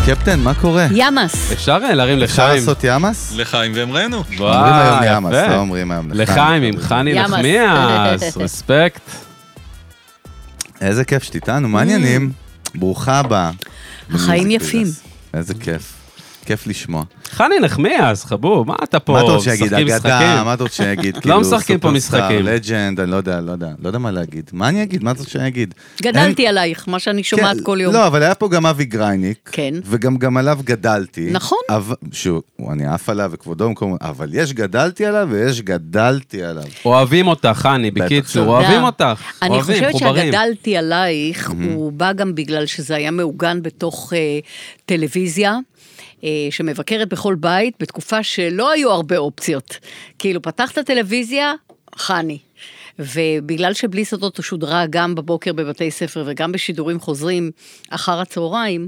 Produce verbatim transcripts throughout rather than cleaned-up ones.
קפטן, מה קורה? ימס. אפשר להרים לחיים. אפשר לעשות ימס? לחיים ואמרנו. אומרים היום ימס, לא אומרים היום לחיים. לחיים עם חני נחמיאס, רספקט. איזה כיף שתיתנו, מעניינים. ברוכה הבאה. החיים יפים. איזה כיף. כיף לשמוע. חני נחמיאס, חבוב, מה אתה פה? מה אתה רוצה שיגיד? אגדה, מה אתה רוצה שיגיד? לא משחקים פה משחקים. לג'נד, אני לא יודע, לא יודע, לא יודע מה להגיד. מה אני אגיד? מה אתה רוצה שיגיד? גדלתי עלייך, מה שאני שומעת כל יום. לא, אבל היה פה גם אבי גרייניק. כן. וגם גם עליו גדלתי. נכון. שהוא, אני עף עליו וכבודו מקום, אבל יש גדלתי עליו ויש גדלתי עליו. אוהבים אותך, חני, בקיצור, אוהבים אותך. אני חושבת שהגדלתי עלייך, הוא בא גם בגלל שזה היה מעוגן בתוך טלוויזיה. שמבקרת בכל בית, בתקופה שלא היו הרבה אופציות. כאילו, פתחת טלוויזיה, חני. ובגלל שבלי סודות הוא שודרה גם בבוקר בבתי ספר, וגם בשידורים חוזרים אחר הצהריים,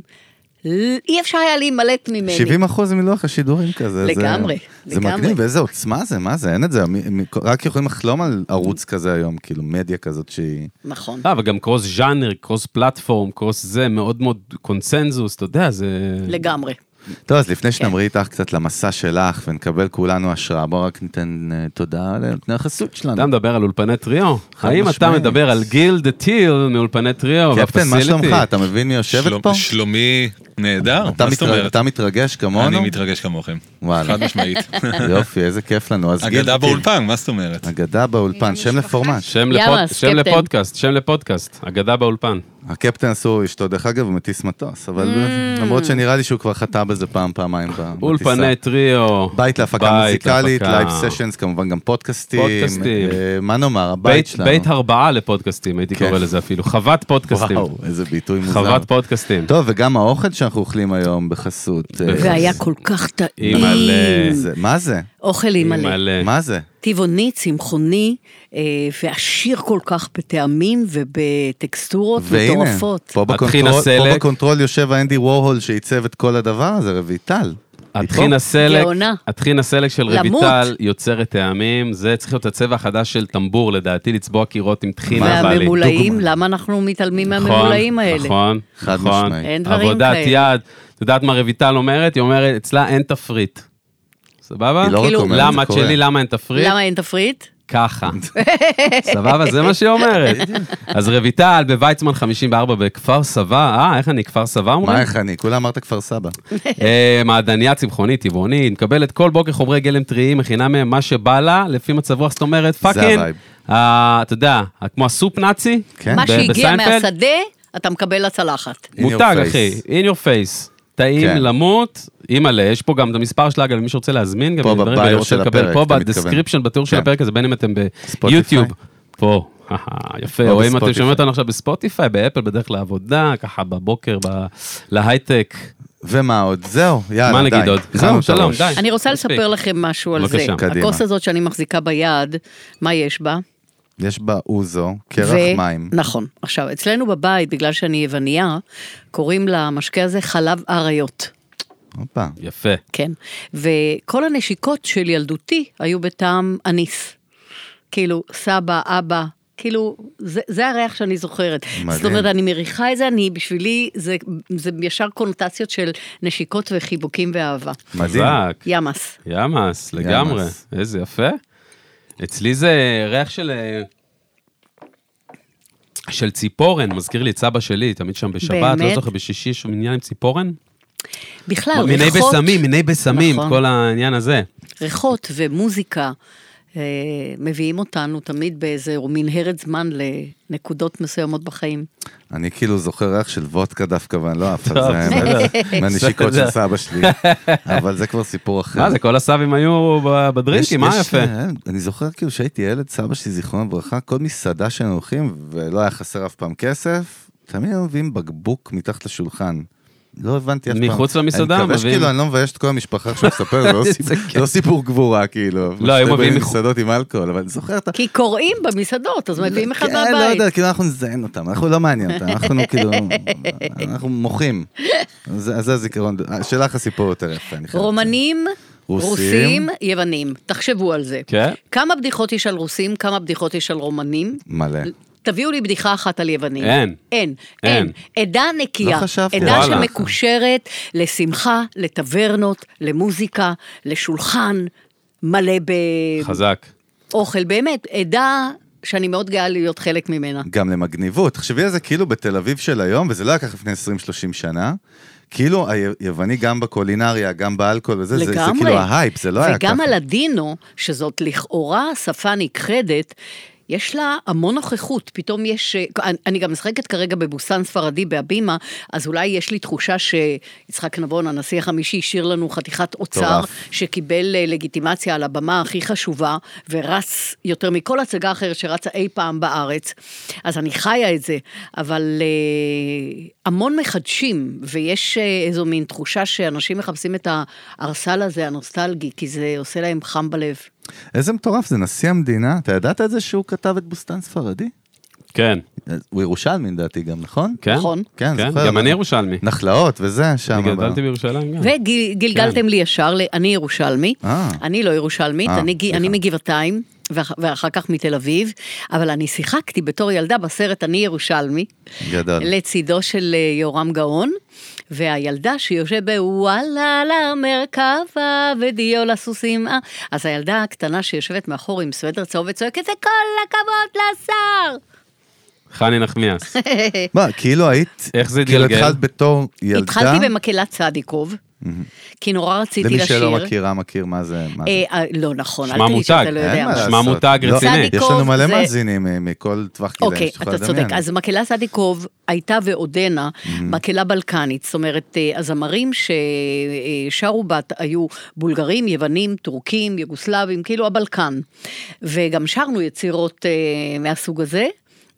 אי אפשר היה להימלט ממני. שבעים אחוז מלוח השידורים כזה. לגמרי, זה מגניב, ואיזה עוצמה זה, מה זה, אין את זה. רק יכולים לחלום על ערוץ כזה היום, כאילו, מדיה כזאת שהיא... נכון. אה, וגם קרוס ז'אנר, קרוס פלטפורם, קרוס זה, מאוד מאוד קונסנזוס, אתה יודע, זה... לגמרי. טוב, אז לפני שנמריא איתך קצת למסע שלך, ונקבל כולנו השראה, בוא רק ניתן תודה לנותני החסות שלנו. אתה מדבר על אולפני טריו? האם אתה מדבר על גיל דה טיל מאולפני טריו? קפטן, מה שלומך? אתה מבין מי יושבת פה? שלומי נהדר, מה זאת אומרת? אתה מתרגש כמונו? אני מתרגש כמוכם, חד משמעית. יופי, איזה כיף לנו. אגדה באולפן, מה זאת אומרת? אגדה באולפן, שם לפורמט. שם לפודקאסט, שם לפודקאסט, אגדה באולפן. הקפטן עשו אשתו, דרך אגב, הוא מטיס מטוס, אבל למרות שנראה לי שהוא כבר חטא בזה פעם, פעמיים בטיסה. אולפני טריו. בית להפקה מוזיקלית, לייב סשנס, כמובן גם פודקאסטים. פודקאסטים. מה נאמר, הבית שלנו. בית ארבעה לפודקאסטים, הייתי קורא לזה אפילו. חוות פודקאסטים. וואו, איזה ביטוי מוזר. חוות פודקאסטים. טוב, וגם האוכל שאנחנו אוכלים היום בחסות. והיה כל כך טעים. מה זה? אוכל אימא'לה. מה זה? טבעוני, צמחוני, ועשיר כל כך בטעמים ובטקסטורות מטורפות. פה בקונטרול יושב האנדי וורהול שעיצב את כל הדבר הזה, רויטל. הטחינה סלק של רויטל יוצרת טעמים, זה צריך להיות הצבע החדש של טמבור, לדעתי לצבוע קירות עם טחינה. והממולאים, למה אנחנו מתעלמים מהממולאים האלה? נכון, נכון. אין דברים כאלה. עבודת יד, אתה יודעת מה רויטל אומרת? היא אומרת, אצלה אין תפריט. סבבה? למה את שלי, למה אין תפריט? למה אין תפריט? ככה. סבבה, זה מה שהיא אומרת. אז רויטל בוויצמן חמישים וארבע בכפר סבא, אה, איך אני, כפר סבא אומרים? מה איך אני? כולה אמרת כפר סבא. מעדניה צמחונית, טבעונית, מקבלת כל בוקר חומרי גלם טריים, מכינה מהם מה שבא לה, לפי מצב רוח, זאת אומרת, פאקינג, אתה יודע, כמו הסופ נאצי, מה שהגיע מהשדה, אתה מקבל לצלחת. מותג, אחי, in your face. טעים למות, אימא'לה, יש פה גם את המספר שלה, אגב, למי שרוצה להזמין, פה בבייר של הפרק, פה בדסקריפשן, בתיאור של הפרק הזה, בין אם אתם ביוטיוב, פה, יפה, או אם אתם שומעים אותנו עכשיו בספוטיפיי, באפל, בדרך לעבודה, ככה בבוקר, להייטק. ומה עוד? זהו, יאללה, די. מה נגיד עוד? זהו, שלום, די. אני רוצה לספר לכם משהו על זה. הכוס הזאת שאני מחזיקה ביד, מה יש בה? יש בה אוזו, קרח ו... מים. נכון. עכשיו, אצלנו בבית, בגלל שאני יווניה, קוראים למשקה הזה חלב אריות. אופה. יפה. כן. וכל הנשיקות של ילדותי היו בטעם אניס. כאילו, סבא, אבא, כאילו, זה, זה הריח שאני זוכרת. מדהים. זאת אומרת, אני מריחה את זה, אני, בשבילי, זה, זה ישר קונוטציות של נשיקות וחיבוקים ואהבה. מדהים. ימס. ימס, לגמרי. ימס. איזה יפה. אצלי זה ריח של, של ציפורן, מזכיר לי את סבא שלי, תמיד שם בשבת, באמת? לא זוכר, בשישי יש עניין עם ציפורן? בכלל, מיני ריחות. בסמים, מיני בסמים, נכון. כל העניין הזה. ריחות ומוזיקה אה, מביאים אותנו תמיד באיזה מנהרת זמן לנקודות מסוימות בחיים. אני כאילו זוכר ריח של וודקה דווקא, ואני לא אף על זה, מהנשיקות של סבא שלי, אבל זה כבר סיפור אחר. מה זה, כל הסבים היו בדרינקים, מה יפה? אני זוכר כאילו שהייתי ילד, סבא שלי זיכרון ברכה, כל מסעדה שהיינו הולכים, ולא היה חסר אף פעם כסף, תמיד היו מביאים בקבוק מתחת לשולחן. לא הבנתי אף פעם. מחוץ למסעדה, אני מקווה שכאילו, אני לא מבייש את כל המשפחה שהוא מספר, זה לא סיפור גבורה, כאילו. לא, הם מביאים מסעדות עם אלכוהול, אבל אני זוכר את... כי קוראים במסעדות, אז מביאים אחד מהבית. לא יודע, כאילו אנחנו נזיין אותם, אנחנו לא מעניין אותם, אנחנו כאילו, אנחנו מוחים. זה הזיכרון, שלך הסיפור יותר יפה. רומנים, רוסים, יוונים, תחשבו על זה. כמה בדיחות יש על רוסים, כמה בדיחות יש על רומנים? מלא. תביאו לי בדיחה אחת על יוונים. אין. אין, אין. עדה נקייה. לא חשבתי. עדה שמקושרת לשמחה, לטברנות, למוזיקה, לשולחן, מלא ב... חזק. אוכל, באמת, עדה שאני מאוד גאה להיות חלק ממנה. גם למגניבות. תחשבי על זה כאילו בתל אביב של היום, וזה לא לקח לפני עשרים שלושים שנה, כאילו היווני גם בקולינריה, גם באלכוהול וזה, זה, זה כאילו ההייפ, זה לא היה ככה. וגם הלדינו, שזאת לכאורה שפה נכחדת, יש לה המון נוכחות, פתאום יש, אני גם משחקת כרגע בבוסן ספרדי בהבימה, אז אולי יש לי תחושה שיצחק נבון, הנשיא החמישי, השאיר לנו חתיכת אוצר, שקיבל לגיטימציה על הבמה הכי חשובה, ורץ יותר מכל הצגה אחרת שרצה אי פעם בארץ, אז אני חיה את זה, אבל המון מחדשים, ויש איזו מין תחושה שאנשים מחפשים את הארסל הזה, הנוסטלגי, כי זה עושה להם חם בלב. איזה מטורף, זה נשיא המדינה, אתה ידעת את זה שהוא כתב את בוסטן ספרדי? כן. הוא ירושלמי לדעתי גם, נכון? כן, נכון. כן, כן, זוכר. גם אני ירושלמי. נחלאות וזה, שם. אני גדלתי בירושלים גם. וגלגלתם לי ישר, אני ירושלמי, אני לא ירושלמית, אני מגבעתיים, ואחר כך מתל אביב, אבל אני שיחקתי בתור ילדה בסרט אני ירושלמי, גדול. לצידו של יורם גאון, והילדה שיושב בוואלה למרכבה ודיו לסוסים, אז הילדה הקטנה שיושבת מאחור עם סוודר צהוב וצועקת, זה כל הכבוד לשר. חני נחמיאס. מה, כאילו היית, איך זה כאילו דילגל? התחלת בתור ילדה? התחלתי במקהלת צדיקוב, כי נורא רציתי לשיר. למי שלא מכירה, מכיר מה זה. לא נכון, שמה מותג, שמה מותג רציני. יש לנו מלא מאזינים מכל טווח גילאים. אוקיי, אתה צודק. אז מקהלת צדיקוב הייתה ועודנה מקהלה בלקנית, זאת אומרת, הזמרים ששרו בת היו בולגרים, יוונים, טורקים, יוגוסלבים, כאילו הבלקן. וגם שרנו יצירות מהסוג הזה,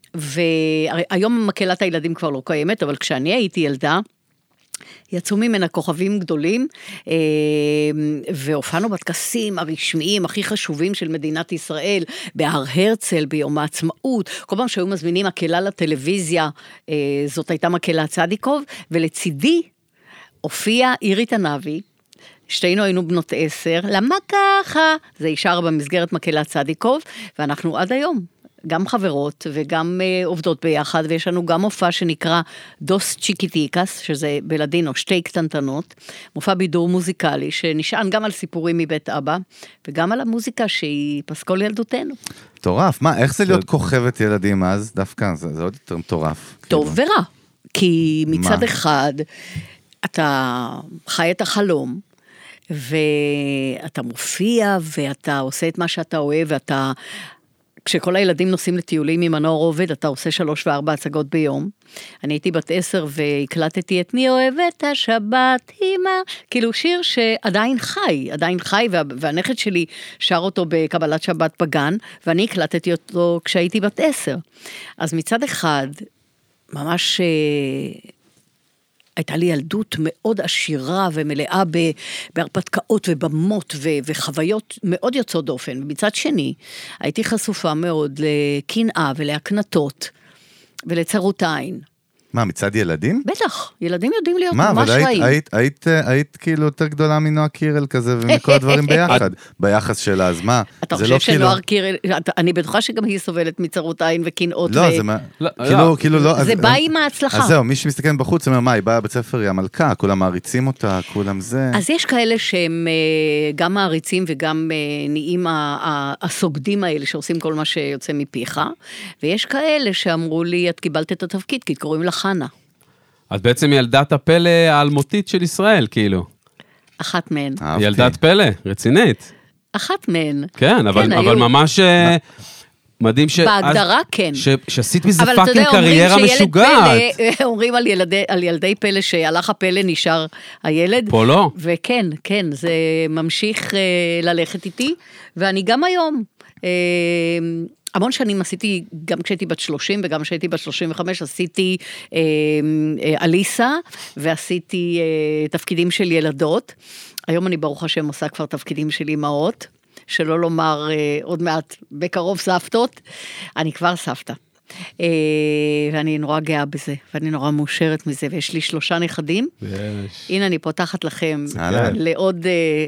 והיום מקהלת הילדים כבר לא קיימת, אבל כשאני הייתי ילדה, יצאו ממנה כוכבים גדולים, והופענו בטקסים הרשמיים הכי חשובים של מדינת ישראל, בהר הרצל, ביום העצמאות, כל פעם שהיו מזמינים מקהלה לטלוויזיה, זאת הייתה מקהלה צדיקוב, ולצידי הופיע אירית ענבי, שתינו היינו בנות עשר, למה ככה? זה יישר במסגרת מקהלת צדיקוב, ואנחנו עד היום. גם חברות וגם uh, עובדות ביחד, ויש לנו גם מופע שנקרא דוס צ'יקיטיקס, שזה בלדינו, שתי קטנטנות, מופע בידור מוזיקלי, שנשען גם על סיפורים מבית אבא, וגם על המוזיקה שהיא פסקול ילדותנו. מטורף, מה, איך זה להיות כוכבת ילדים אז? דווקא, זה, זה עוד יותר מטורף. טוב כאילו. ורע, כי מצד מה? אחד, אתה חי את החלום, ואתה מופיע, ואתה עושה את מה שאתה אוהב, ואתה... כשכל הילדים נוסעים לטיולים עם מנור עובד, אתה עושה שלוש וארבע הצגות ביום. אני הייתי בת עשר והקלטתי את מי אוהבת השבת, אמא, כאילו שיר שעדיין חי, עדיין חי, וה, והנכד שלי שר אותו בקבלת שבת בגן, ואני הקלטתי אותו כשהייתי בת עשר. אז מצד אחד, ממש... הייתה לי ילדות מאוד עשירה ומלאה בהרפתקאות ובמות וחוויות מאוד יוצאות דופן. ומצד שני, הייתי חשופה מאוד לקנאה ולהקנטות ולצרות עין. מה, מצד ילדים? בטח, ילדים יודעים להיות ממש רעים. מה, אבל היית כאילו יותר גדולה מנועה קירל כזה, ומכל הדברים ביחד, ביחס שלה, אז מה? אתה חושב שנועה קירל, אני בטוחה שגם היא סובלת מצרות עין וקנאות. לא, זה מה, כאילו לא. זה בא עם ההצלחה. אז זהו, מי שמסתכל בחוץ, אומר, מה, היא באה בבית ספר, היא המלכה, כולם מעריצים אותה, כולם זה. אז יש כאלה שהם גם מעריצים וגם נהיים הסוגדים האלה, שעושים כל מה שיוצא מפיך, ויש כאלה שאמרו לי, את קיבלת את התפקיד, כי קוראים לך חנה. את בעצם ילדת הפלא האלמותית של ישראל, כאילו. אחת מהן. ילדת פלא, רצינית. אחת מהן. כן, אבל, אבל ממש מדהים ש... בהגדרה כן. ש... שעשית מזה פאקינג קריירה משוגעת. פלא, אומרים על ילדי, על ילדי פלא שהלך הפלא נשאר הילד. פה לא. וכן, כן, זה ממשיך ללכת איתי, ואני גם היום... המון שנים עשיתי, גם כשהייתי בת שלושים וגם כשהייתי בת שלושים וחמש, עשיתי אה, אה, אליסה, ועשיתי אה, תפקידים של ילדות. היום אני ברוך השם עושה כבר תפקידים של אמהות, שלא לומר אה, עוד מעט בקרוב סבתות, אני כבר סבתא. אה, ואני נורא גאה בזה, ואני נורא מאושרת מזה, ויש לי שלושה נכדים. יש. הנה אני פותחת לכם לעוד... אה,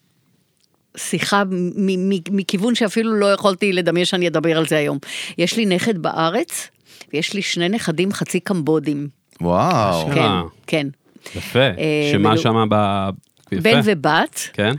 שיחה מכיוון שאפילו לא יכולתי לדמיין שאני אדבר על זה היום. יש לי נכד בארץ, ויש לי שני נכדים חצי קמבודים. וואו. כן, כן. יפה, שמה שמה ב... בן ובת. כן.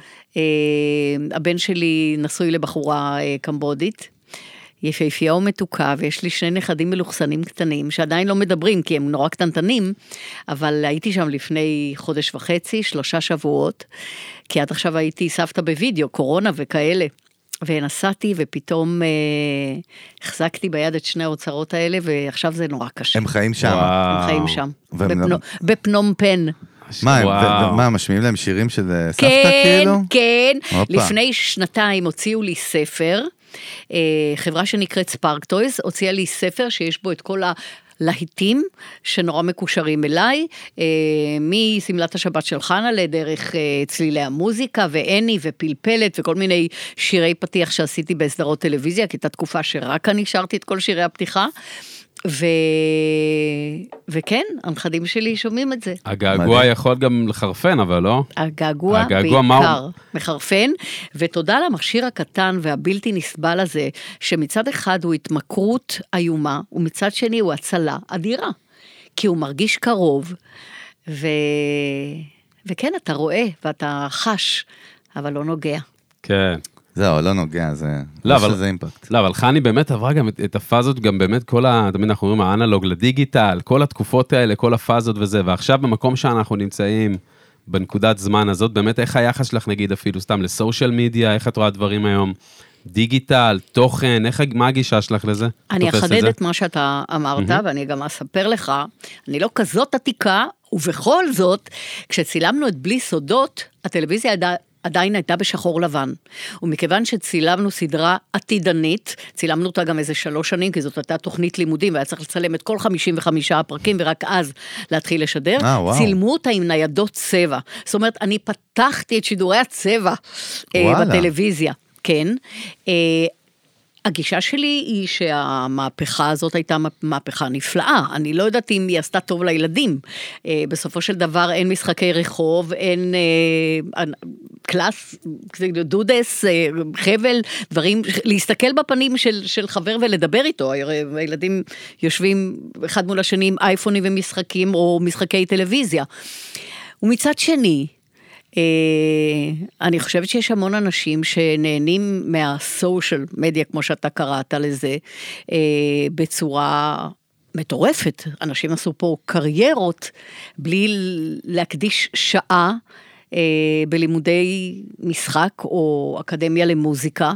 הבן שלי נשוי לבחורה קמבודית, יפהפייה ומתוקה, ויש לי שני נכדים מלוכסנים קטנים, שעדיין לא מדברים, כי הם נורא קטנטנים, אבל הייתי שם לפני חודש וחצי, שלושה שבועות, כי עד עכשיו הייתי סבתא בווידאו, קורונה וכאלה, ונסעתי, ופתאום אה, החזקתי ביד את שני האוצרות האלה, ועכשיו זה נורא קשה. הם חיים שם. הם חיים שם, בפנו, בפנום פן. מה, ומה, משמיעים להם שירים של סבתא כאילו? כן, כן. לפני שנתיים הוציאו לי ספר, חברה שנקראת ספארקטויז, הוציאה לי ספר שיש בו את כל הלהיטים שנורא מקושרים אליי, מסמלת השבת של חנה לדרך צלילי המוזיקה, ואני ופלפלת וכל מיני שירי פתיח שעשיתי בסדרות טלוויזיה, כי הייתה תקופה שרק אני שרתי את כל שירי הפתיחה, ו... וכן, הנכדים שלי שומעים את זה. הגעגוע יכול גם לחרפן, אבל לא? הגעגוע, הגעגוע בעיקר הוא... מחרפן, ותודה למכשיר הקטן והבלתי נסבל הזה, שמצד אחד הוא התמכרות איומה, ומצד שני הוא הצלה אדירה, כי הוא מרגיש קרוב, ו... וכן, אתה רואה ואתה חש, אבל לא נוגע. כן. זהו, לא נוגע, זה... לא, אבל... זה אימפקט. לא, אבל חני באמת עברה גם את, את הפאזות, גם באמת כל ה... תמיד אנחנו אומרים, האנלוג לדיגיטל, כל התקופות האלה, כל הפאזות וזה, ועכשיו במקום שאנחנו נמצאים, בנקודת זמן הזאת, באמת איך היחס שלך, נגיד, אפילו סתם לסושיאל מדיה, איך את רואה דברים היום? דיגיטל, תוכן, איך, מה הגישה שלך לזה? אני אחדד את מה שאתה אמרת, mm-hmm. ואני גם אספר לך, אני לא כזאת עתיקה, ובכל זאת, כשצילמנו את בלי סודות, הטלוויזיה ידעה, עדיין הייתה בשחור לבן, ומכיוון שצילמנו סדרה עתידנית, צילמנו אותה גם איזה שלוש שנים, כי זאת הייתה תוכנית לימודים, והיה צריך לצלם את כל חמישים וחמישה הפרקים, ורק אז להתחיל לשדר, אה, צילמו אותה עם ניידות צבע, זאת אומרת, אני פתחתי את שידורי הצבע אה, בטלוויזיה, כן, אה, הגישה שלי היא שהמהפכה הזאת הייתה מהפכה נפלאה, אני לא יודעת אם היא עשתה טוב לילדים, בסופו של דבר אין משחקי רחוב, אין קלאס, דודס, חבל, דברים, להסתכל בפנים של, של חבר ולדבר איתו, הילדים יושבים אחד מול השני עם אייפונים ומשחקים או משחקי טלוויזיה, ומצד שני, אני חושבת שיש המון אנשים שנהנים מהסושיאל מדיה, כמו שאתה קראת לזה, בצורה מטורפת. אנשים עשו פה קריירות, בלי להקדיש שעה בלימודי משחק או אקדמיה למוזיקה.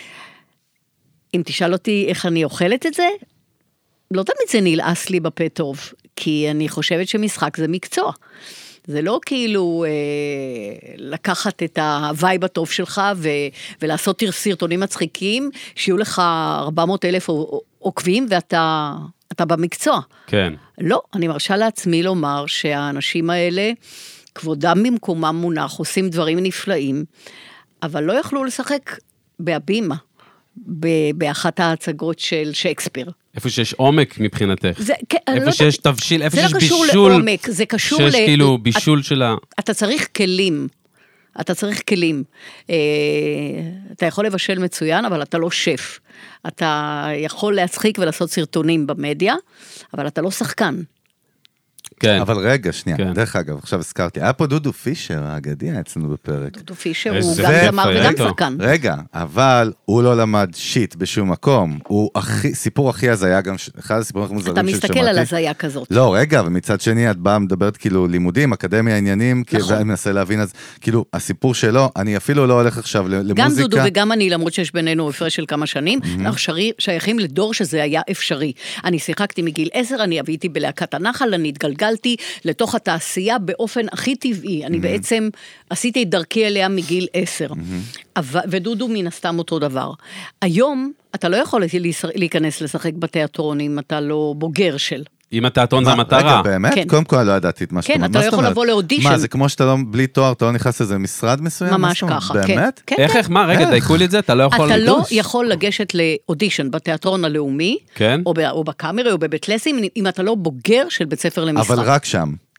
אם תשאל אותי איך אני אוכלת את זה, לא תמיד זה נלעס לי בפה טוב, כי אני חושבת שמשחק זה מקצוע. זה לא כאילו אה, לקחת את הווייב הטוב שלך ו, ולעשות סרטונים מצחיקים, שיהיו לך ארבע מאות אלף עוקבים ואתה אתה במקצוע. כן. לא, אני מרשה לעצמי לומר שהאנשים האלה, כבודם במקומם מונח, עושים דברים נפלאים, אבל לא יכלו לשחק בהבימה, באחת ההצגות של שייקספיר. איפה שיש עומק מבחינתך. זה, איפה לא שיש תבשיל, איפה שיש בישול. זה לא קשור לעומק, זה קשור שיש ל... שיש כאילו בישול את, של ה... אתה צריך כלים, אתה צריך כלים. אה, אתה יכול לבשל מצוין, אבל אתה לא שף. אתה יכול להצחיק ולעשות סרטונים במדיה, אבל אתה לא שחקן. כן. אבל רגע, שנייה, כן. דרך אגב, עכשיו הזכרתי, היה פה דודו פישר, האגדי היה אצלנו בפרק. דודו פישר הוא גם זמר וגם שחקן. רגע, אבל הוא לא למד שיט בשום מקום, הוא הכי, סיפור הכי הזיה, גם אחד הסיפורים הכי מוזרים ששמעתי. אתה מסתכל על הזיה כזאת. לא, רגע, ומצד שני, את באה מדברת כאילו לימודים, אקדמיה, עניינים, נכון. ואני מנסה להבין, אז כאילו, הסיפור שלו, אני אפילו לא הולך עכשיו למוזיקה. גם דודו וגם אני, למרות שיש בינינו הפרש של כמה שנים, אנחנו שייכים לדור שזה היה אפשרי. אני שיחקתי מגיל עשר, אני הייתי בלהקת הנחל, אני התגלגלתי לתוך התעשייה באופן הכי טבעי. אני בעצם עשיתי את דרכי אליה מגיל עשר. ודודו מן הסתם אותו דבר. היום אתה לא יכול להיכנס לשחק בתיאטרון אם אתה לא בוגר של. אם התיאטרון זה המטרה. רגע, באמת? קודם כל לא ידעתי את מה שאתה אומרת. כן, אתה לא יכול לבוא לאודישן. מה, זה כמו שאתה לא, בלי תואר, אתה לא נכנס לזה משרד מסוים? ממש ככה, כן. באמת? איך, איך, מה, רגע, דייקו לי את זה, אתה לא יכול... אתה לא יכול לגשת לאודישן בתיאטרון הלאומי, כן. או בקאמרי, או בבית לסין, אם אתה לא בוגר של בית ספר למשחק. אבל רק שם.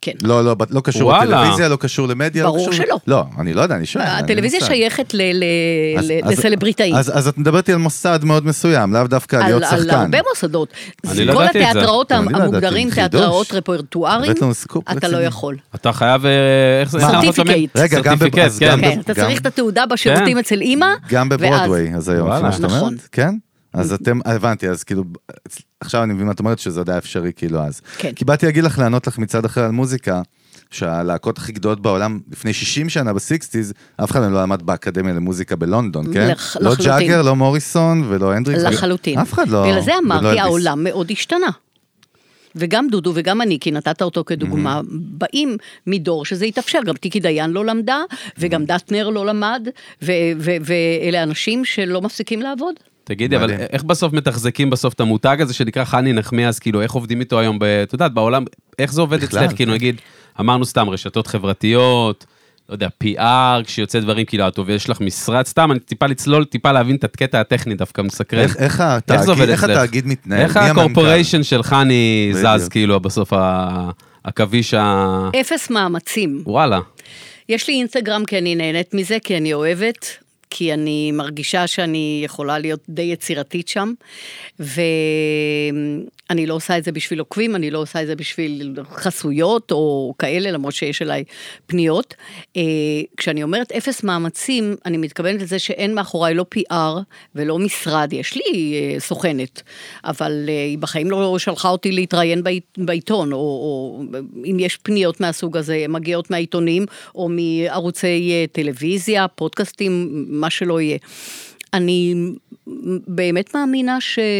כן. לא, לא, לא קשור לטלוויזיה, לא קשור למדיה. ברור שלא. לא, אני לא יודע, אני שואל. הטלוויזיה שייכת לסלבריטאים. אז את מדברת על מוסד מאוד מסוים, לאו דווקא להיות שחקן. על הרבה מוסדות. כל התיאטראות המוגדרים, תיאטראות רפרטואריים, אתה לא יכול. אתה חייב... סרטיפיקט. רגע, גם... כן, אתה צריך את התעודה בשירותים אצל אמא. גם בברודווי, אז היום, מה שאת אומרת? כן? אז אתם, הבנתי, אז כאילו, עכשיו אני מבין מה את אומרת שזה עוד היה אפשרי כאילו אז. כן. כי באתי להגיד לך לענות לך מצד אחר על מוזיקה, שהלהקות הכי גדולות בעולם, לפני שישים שנה ב-סיקסטיז, אף אחד לא למד באקדמיה למוזיקה בלונדון, כן? לחלוטין. לא ג'אגר, לא מוריסון ולא הנדריקס. לחלוטין. אף אחד לא... ולזה אמרתי, העולם מאוד השתנה. וגם דודו וגם אני, כי נתת אותו כדוגמה, באים מדור שזה יתאפשר, גם טיקי דיין לא למדה, וגם דטנר לא למד, ואלה אנשים שלא מפסיקים לעבוד. תגידי, אבל איך בסוף מתחזקים בסוף את המותג הזה שנקרא חני נחמיאס, כאילו, איך עובדים איתו היום, את יודעת, בעולם, איך זה עובד אצלך, כאילו, נגיד, אמרנו סתם, רשתות חברתיות, לא יודע, פי אר, כשיוצא דברים, כאילו, טוב, יש לך משרד, סתם, אני טיפה לצלול, טיפה להבין את הקטע הטכני, דווקא מסקרן. איך התאגיד מתנהל? איך הקורפוריישן של חני זז, כאילו, בסוף הכביש ה... אפס מאמצים. וואלה. יש לי אינסטגרם כי אני נהנית מזה, כי אני אוהבת, כי אני מרגישה שאני יכולה להיות די יצירתית שם, ואני לא עושה את זה בשביל עוקבים, אני לא עושה את זה בשביל חסויות או כאלה, למרות שיש אליי פניות. כשאני אומרת אפס מאמצים, אני מתכוונת לזה שאין מאחוריי לא פי אר ולא משרד, יש לי סוכנת, אבל היא בחיים לא שלחה אותי להתראיין בעיתון, או, או אם יש פניות מהסוג הזה, הן מגיעות מהעיתונים, או מערוצי טלוויזיה, פודקאסטים, מה שלא יהיה. אני באמת מאמינה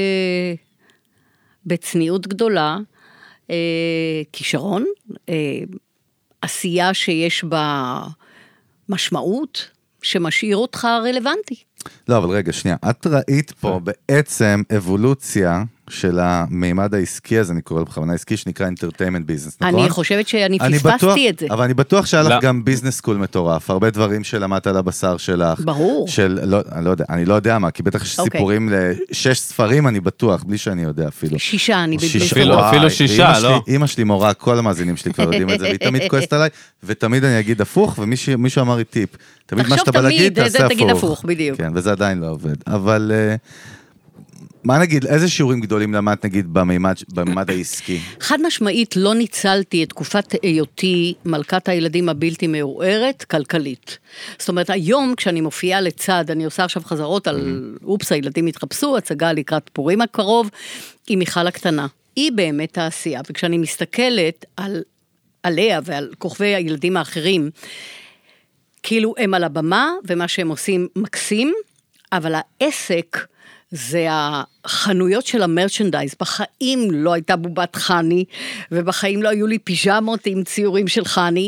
שבצניעות גדולה, אה, כישרון, אה, עשייה שיש בה משמעות, שמשאיר אותך רלוונטי. לא, אבל רגע, שנייה. את ראית פה בעצם אבולוציה של המימד העסקי, אז אני קורא בכוונה עסקי, שנקרא entertainment business, נכון? אני חושבת שאני פספסתי את זה. אבל אני בטוח שהיה לך גם ביזנס סקול מטורף, הרבה דברים שלמדת על הבשר שלך. ברור. של, לא, אני לא יודע, אני לא יודע מה, כי בטח יש סיפורים לשש ספרים, אני בטוח, בלי שאני יודע אפילו. שישה, אני בבלי. אפילו שישה, לא? אמא שלי מורה, כל המאזינים שלי כבר יודעים את זה, והיא תמיד כועסת עליי, ותמיד אני אגיד הפוך, ומישהו אמר לי טיפ. תמיד מה שאתה בא להגיד, תעשה הפוך. כן, וזה עדיין לא עובד. אבל מה נגיד, איזה שיעורים גדולים למדת נגיד בממד, בממד העסקי? חד משמעית לא ניצלתי את תקופת היותי מלכת הילדים הבלתי מעורערת כלכלית. זאת אומרת, היום כשאני מופיעה לצד, אני עושה עכשיו חזרות על אופס, הילדים התחפשו, הצגה לקראת פורים הקרוב, עם מיכל הקטנה. היא באמת העשייה, וכשאני מסתכלת על, עליה ועל כוכבי הילדים האחרים, כאילו הם על הבמה, ומה שהם עושים מקסים, אבל העסק זה החנויות של המרצ'נדייז, בחיים לא הייתה בובת חני, ובחיים לא היו לי פיג'מות עם ציורים של חני.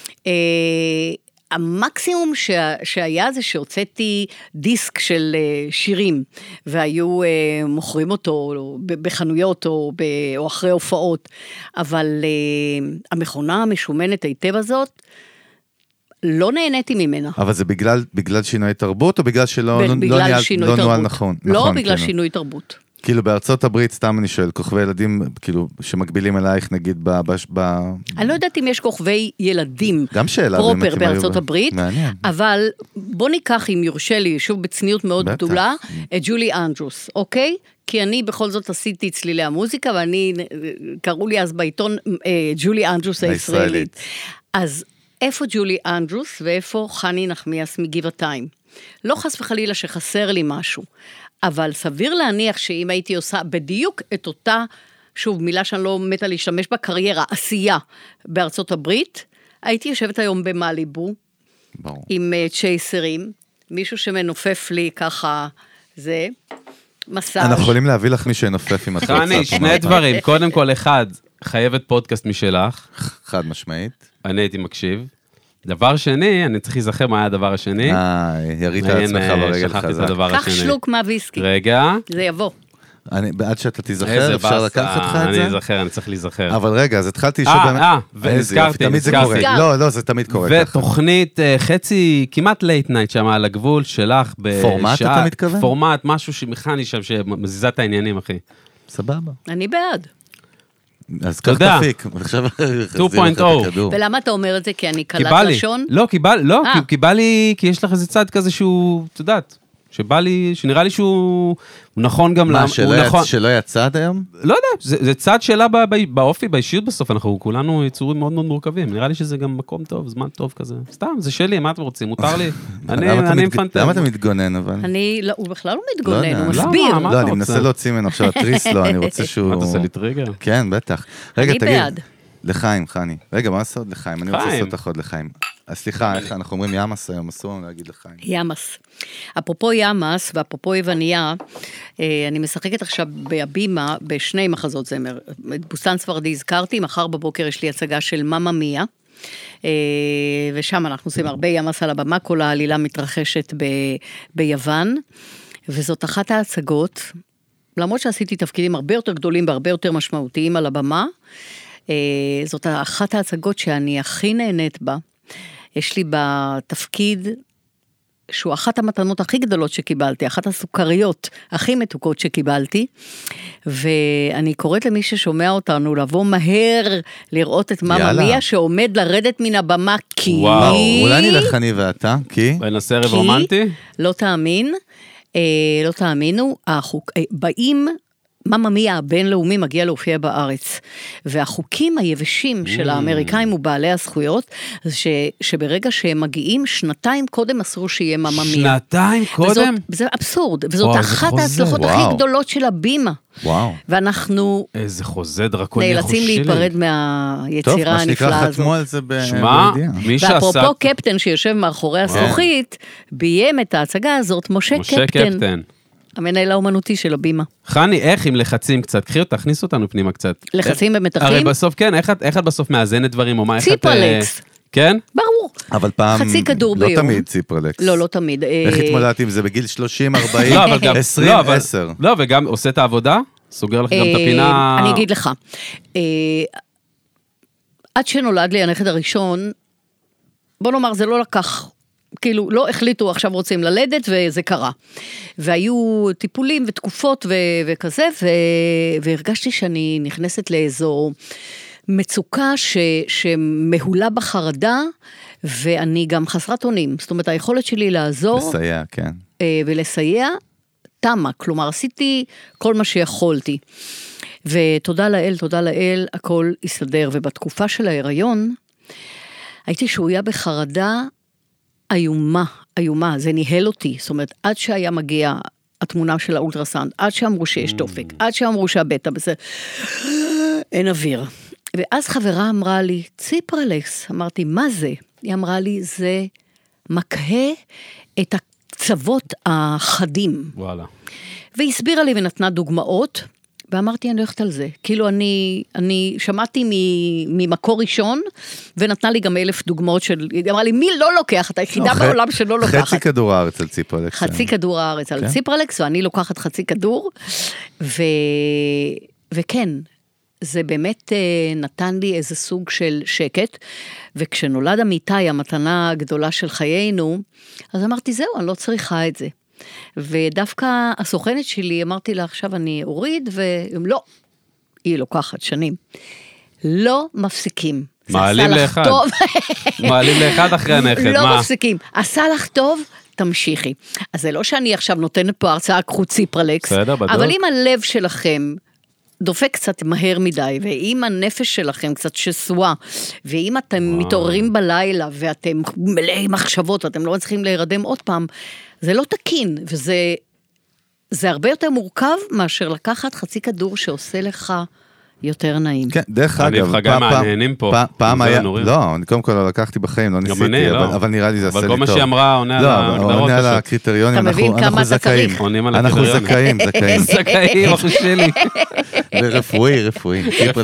המקסימום שהיה זה שהוצאתי דיסק של שירים, והיו מוכרים אותו בחנויות או אחרי הופעות, אבל המכונה המשומנת היטב הזאת, לא נהניתי ממנה. אבל זה בגלל, בגלל שינוי תרבות, או בגלל שלא בגלל לא שינוי לא תרבות. נועל נכון? לא נכון, בגלל כאילו. שינוי תרבות. כאילו בארצות הברית, סתם אני שואל, כוכבי ילדים, כאילו, שמקבילים אלייך, נגיד, ב... ב... אני לא יודעת אם יש כוכבי ילדים גם שאלה, פרופר בארצות הברית, מעניין. אבל בוא ניקח, אם יורשה לי, שוב בצניעות מאוד בטח. גדולה, את ג'ולי אנדרוס, אוקיי? כי אני בכל זאת עשיתי צלילי המוזיקה, ואני, קראו לי אז בעיתון, ג'ולי אנדרוס הישראלית. אז איפה ג'ולי אנדרוס ואיפה חני נחמיאס מגבעתיים? לא חס וחלילה שחסר לי משהו, אבל סביר להניח שאם הייתי עושה בדיוק את אותה, שוב מילה שאני לא מתה להשתמש בה, קריירה, עשייה בארצות הברית, הייתי יושבת היום במאליבו, ברור. עם צ'ייסרים, מישהו שמנופף לי ככה, זה, מסאז'. אנחנו יכולים להביא לך מי שנופף עם התוצאה. חני, שני דברים, קודם כל אחד, חייבת פודקאסט משלך. חד משמעית. אני הייתי מקשיב. דבר שני, אני צריך להיזכר מה היה הדבר השני. אה, ירית על עצמך ברגל חזק. קח שלוק מהוויסקי. רגע. זה יבוא. אני, בעד שאתה תיזכר, אפשר לקחת לך את זה? אני אזכר, אני צריך להיזכר. אבל רגע, אז התחלתי לשאול באמת... אה, ונזכרתי, נזכרתי. לא, לא, זה תמיד קורה ככה. ותוכנית חצי, כמעט לייט נייט שם על הגבול שלך בשעה... פורמט אתה מתכוון? פורמט, משהו שמכני שם שמזיזה את העניינים, אחי. סבבה. אני בעד. אז כך תפיק, ועכשיו שתיים נקודה אפס. ולמה אתה אומר את זה? כי אני קלט לשון? לא, כי בא לי, כי יש לך איזה צד כזה שהוא, אתה יודעת, שבא לי, שנראה לי שהוא נכון גם... מה, שלא יצא עד היום? לא יודע, זה צד שלה באופי, באישיות בסוף, אנחנו כולנו יצורים מאוד מאוד מורכבים, נראה לי שזה גם מקום טוב, זמן טוב כזה. סתם, זה שלי, מה אתם רוצים? מותר לי. אני מפנטר. למה אתה מתגונן, אבל? אני, הוא בכלל לא מתגונן, הוא מסביר. לא, אני מנסה להוציא ממנו עכשיו הטריס לו, אני רוצה שהוא... מה, תעשה לי טריגר? כן, בטח. אני בעד. לחיים, חני. רגע, מה לעשות לחיים? אני רוצה לעשות לך עוד לחיים. אז סליחה, אנחנו אומרים ימאס היום, אסור לנו להגיד לחיים. ימאס. אפרופו ימאס ואפרופו יווניה, אני משחקת עכשיו בהבימה בשני מחזות זמר. בוסתן ספרדי הזכרתי, מחר בבוקר יש לי הצגה של מאמה מיה, ושם אנחנו עושים הרבה ימאס על הבמה, כל העלילה מתרחשת ב- ביוון, וזאת אחת ההצגות, למרות שעשיתי תפקידים הרבה יותר גדולים והרבה יותר משמעותיים על הבמה, זאת אחת ההצגות שאני הכי נהנית בה, יש לי בתפקיד שהוא אחת המתנות הכי גדולות שקיבלתי, אחת הסוכריות הכי מתוקות שקיבלתי, ואני קוראת למי ששומע אותנו לבוא מהר לראות את מאמה מיה שעומד לרדת מן הבמה, כי... וואו, אולי נלך אני ואתה, כי... בנושא ערב רומנטי? לא תאמין, לא תאמינו, באים... מאמה מיה הבינלאומי מגיע להופיע בארץ, והחוקים היבשים של האמריקאים ובעלי הזכויות, ש, שברגע שהם מגיעים, שנתיים קודם אסור שיהיה מאמה מיה. שנתיים קודם? זה אבסורד, וזאת אחת ההצלחות הכי גדולות של הבימה. וואו. ואנחנו... איזה חוזה דרקוני נאלצים להיפרד מהיצירה הנפלאה הזאת. טוב, מה שנקרא חתמו על זה ב... שמה, מי שעשה... ואפרופו קפטן שיושב מאחורי הזכוכית, ביים את ההצגה הזאת, משה קפטן. המנהל האומנותי של הבימה. חני, איך עם לחצים קצת? קחי אותה, תכניס אותנו פנימה קצת. לחצים במתחים? הרי בסוף, כן, איך את, איך את בסוף מאזנת דברים, או מה, איך את... ציפרלקס. כן? ברור. אבל פעם... חצי כדור ביום. לא תמיד ציפרלקס. לא, לא תמיד. איך התמודדת עם זה בגיל שלושים, ארבעים, עשרים, עשר? לא, וגם עושה את העבודה? סוגר לך גם את הפינה... אני אגיד לך. עד שנולד לי הנכד הראשון, בוא נאמר, זה לא לקח... כאילו, לא החליטו, עכשיו רוצים ללדת, וזה קרה. והיו טיפולים ותקופות ו- וכזה, ו- והרגשתי שאני נכנסת לאיזו מצוקה ש- שמהולה בחרדה, ואני גם חסרת אונים. זאת אומרת, היכולת שלי לעזור... לסייע, כן. ולסייע, תמה. כלומר, עשיתי כל מה שיכולתי. ותודה לאל, תודה לאל, הכל יסתדר. ובתקופה של ההיריון, הייתי שרויה בחרדה, איומה, איומה, זה ניהל אותי, זאת אומרת, עד שהיה מגיע התמונה של האולטרסאונד, עד שאמרו שיש דופק, עד שאמרו שהבטא, בסדר, אין אוויר. ואז חברה אמרה לי, ציפרלקס, אמרתי, מה זה? היא אמרה לי, זה מקהה את הקצוות החדים. וואלה. והסבירה לי ונתנה דוגמאות, ואמרתי, אני הולכת על זה. כאילו, אני, אני שמעתי ממקור ראשון, ונתנה לי גם אלף דוגמאות של... היא אמרה לי, מי לא לוקח? אתה היחידה בעולם שלא לוקחת. חצי כדור הארץ על ציפרלקס. חצי כדור הארץ על ציפרלקס, ואני לוקחת חצי כדור, ו... וכן, זה באמת נתן לי איזה סוג של שקט, וכשנולד אמיתי, המתנה הגדולה של חיינו, אז אמרתי, זהו, אני לא צריכה את זה. ודווקא הסוכנת שלי, אמרתי לה, עכשיו אני אוריד, והם לא, היא לוקחת שנים. לא מפסיקים. מעלים לאחד. מעלים לאחד אחרי הנכד. לא מפסיקים. עשה לך טוב, תמשיכי. אז זה לא שאני עכשיו נותנת פה הרצאה, קחו ציפרלקס, אבל אם הלב שלכם דופק קצת מהר מדי, ואם הנפש שלכם קצת שסועה, ואם אתם מתעוררים בלילה, ואתם מלאי מחשבות, ואתם לא מצליחים להירדם עוד פעם, זה לא תקין, וזה זה הרבה יותר מורכב, מאשר לקחת חצי כדור שעושה לך יותר נעים. כן, דרך אגב, פעם היה, לא, אני קודם כל לא לקחתי בחיים, לא ניסיתי, אבל נראה לי זה עשה לי טוב. אבל כל מה שהיא אמרה, עונה על ההגדרות. לא, עונה על הקריטריונים, אנחנו זכאים. אנחנו זכאים, זכאים. זכאים, אחי שלי. ורפואי, רפואי.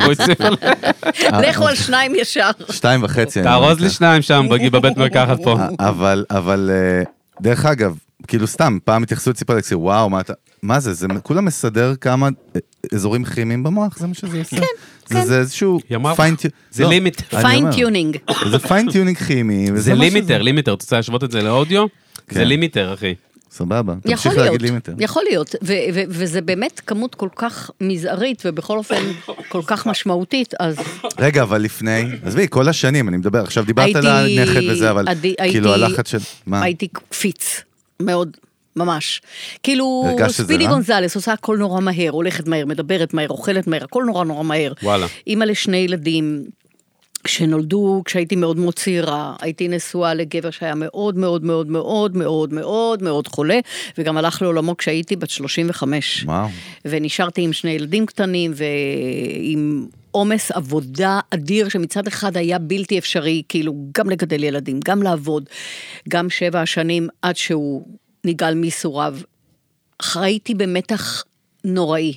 לכו על שניים ישר. שתיים וחצי. תארוז לי שניים שם, בבית מרקחת פה. אבל, דרך אגב, כאילו סתם, פעם התייחסו ציפרלקס, וואו, מה אתה... מה זה? זה כולה מסדר כמה אזורים כימיים במוח, זה מה שזה עושה. כן, כן. זה איזשהו פיינטיונינג. זה לימיט. פיינטיונינג. זה פיינטיונינג כימי. זה לימיטר, לימיטר. אתה רוצה להשוות את זה לאודיו? זה לימיטר, אחי. סבבה, תמשיך להגיד לי יותר. יכול להיות, וזה באמת כמות כל כך מזערית, ובכל אופן כל כך משמעותית, אז... רגע, אבל לפני, אז בי, כל השנים, אני מדבר, עכשיו דיברת על הנכד וזה, אבל כאילו הלחץ של... הייתי קפיץ, מאוד, ממש. כאילו, ספידי גונזלס עושה הכל נורא מהר, הולכת מהר, מדברת מהר, אוכלת מהר, הכל נורא נורא מהר. וואלה. אימא לשני ילדים, שנולדו כשהייתי מאוד מאוד צעירה, הייתי נשואה לגבר שהיה מאוד מאוד מאוד מאוד מאוד מאוד מאוד חולה, וגם הלך לעולמו כשהייתי בת שלושים וחמש. וואו. ונשארתי עם שני ילדים קטנים, ועם עומס עבודה אדיר, שמצד אחד היה בלתי אפשרי, כאילו גם לגדל ילדים, גם לעבוד, גם שבע השנים עד שהוא ניגל מסוריו, חייתי במתח נוראי.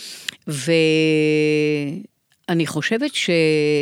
ואני חושבת ש...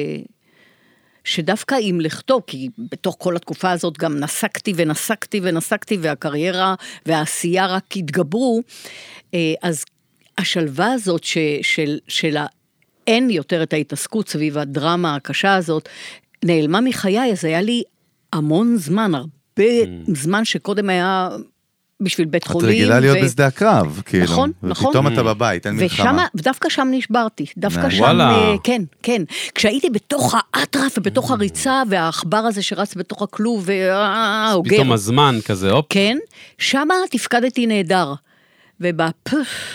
שדווקא עם לכתוב, כי בתוך כל התקופה הזאת גם נסקתי ונסקתי ונסקתי, והקריירה והעשייה רק התגברו, אז השלווה הזאת ש, של, של אין יותר את ההתעסקות סביב הדרמה הקשה הזאת, נעלמה מחיי, אז היה לי המון זמן, הרבה mm. זמן שקודם היה... בשביל בית חולים. את רגילה להיות בשדה הקרב, כאילו. נכון, נכון. ופתאום אתה בבית, אין מלחמה. ודווקא שם נשברתי, דווקא שם, כן, כן. כשהייתי בתוך האטרף ובתוך הריצה, והאחבר הזה שרץ בתוך הכלוב, והאוגר. פתאום הזמן כזה, אופ. כן, שם תפקדתי נהדר. ובפ...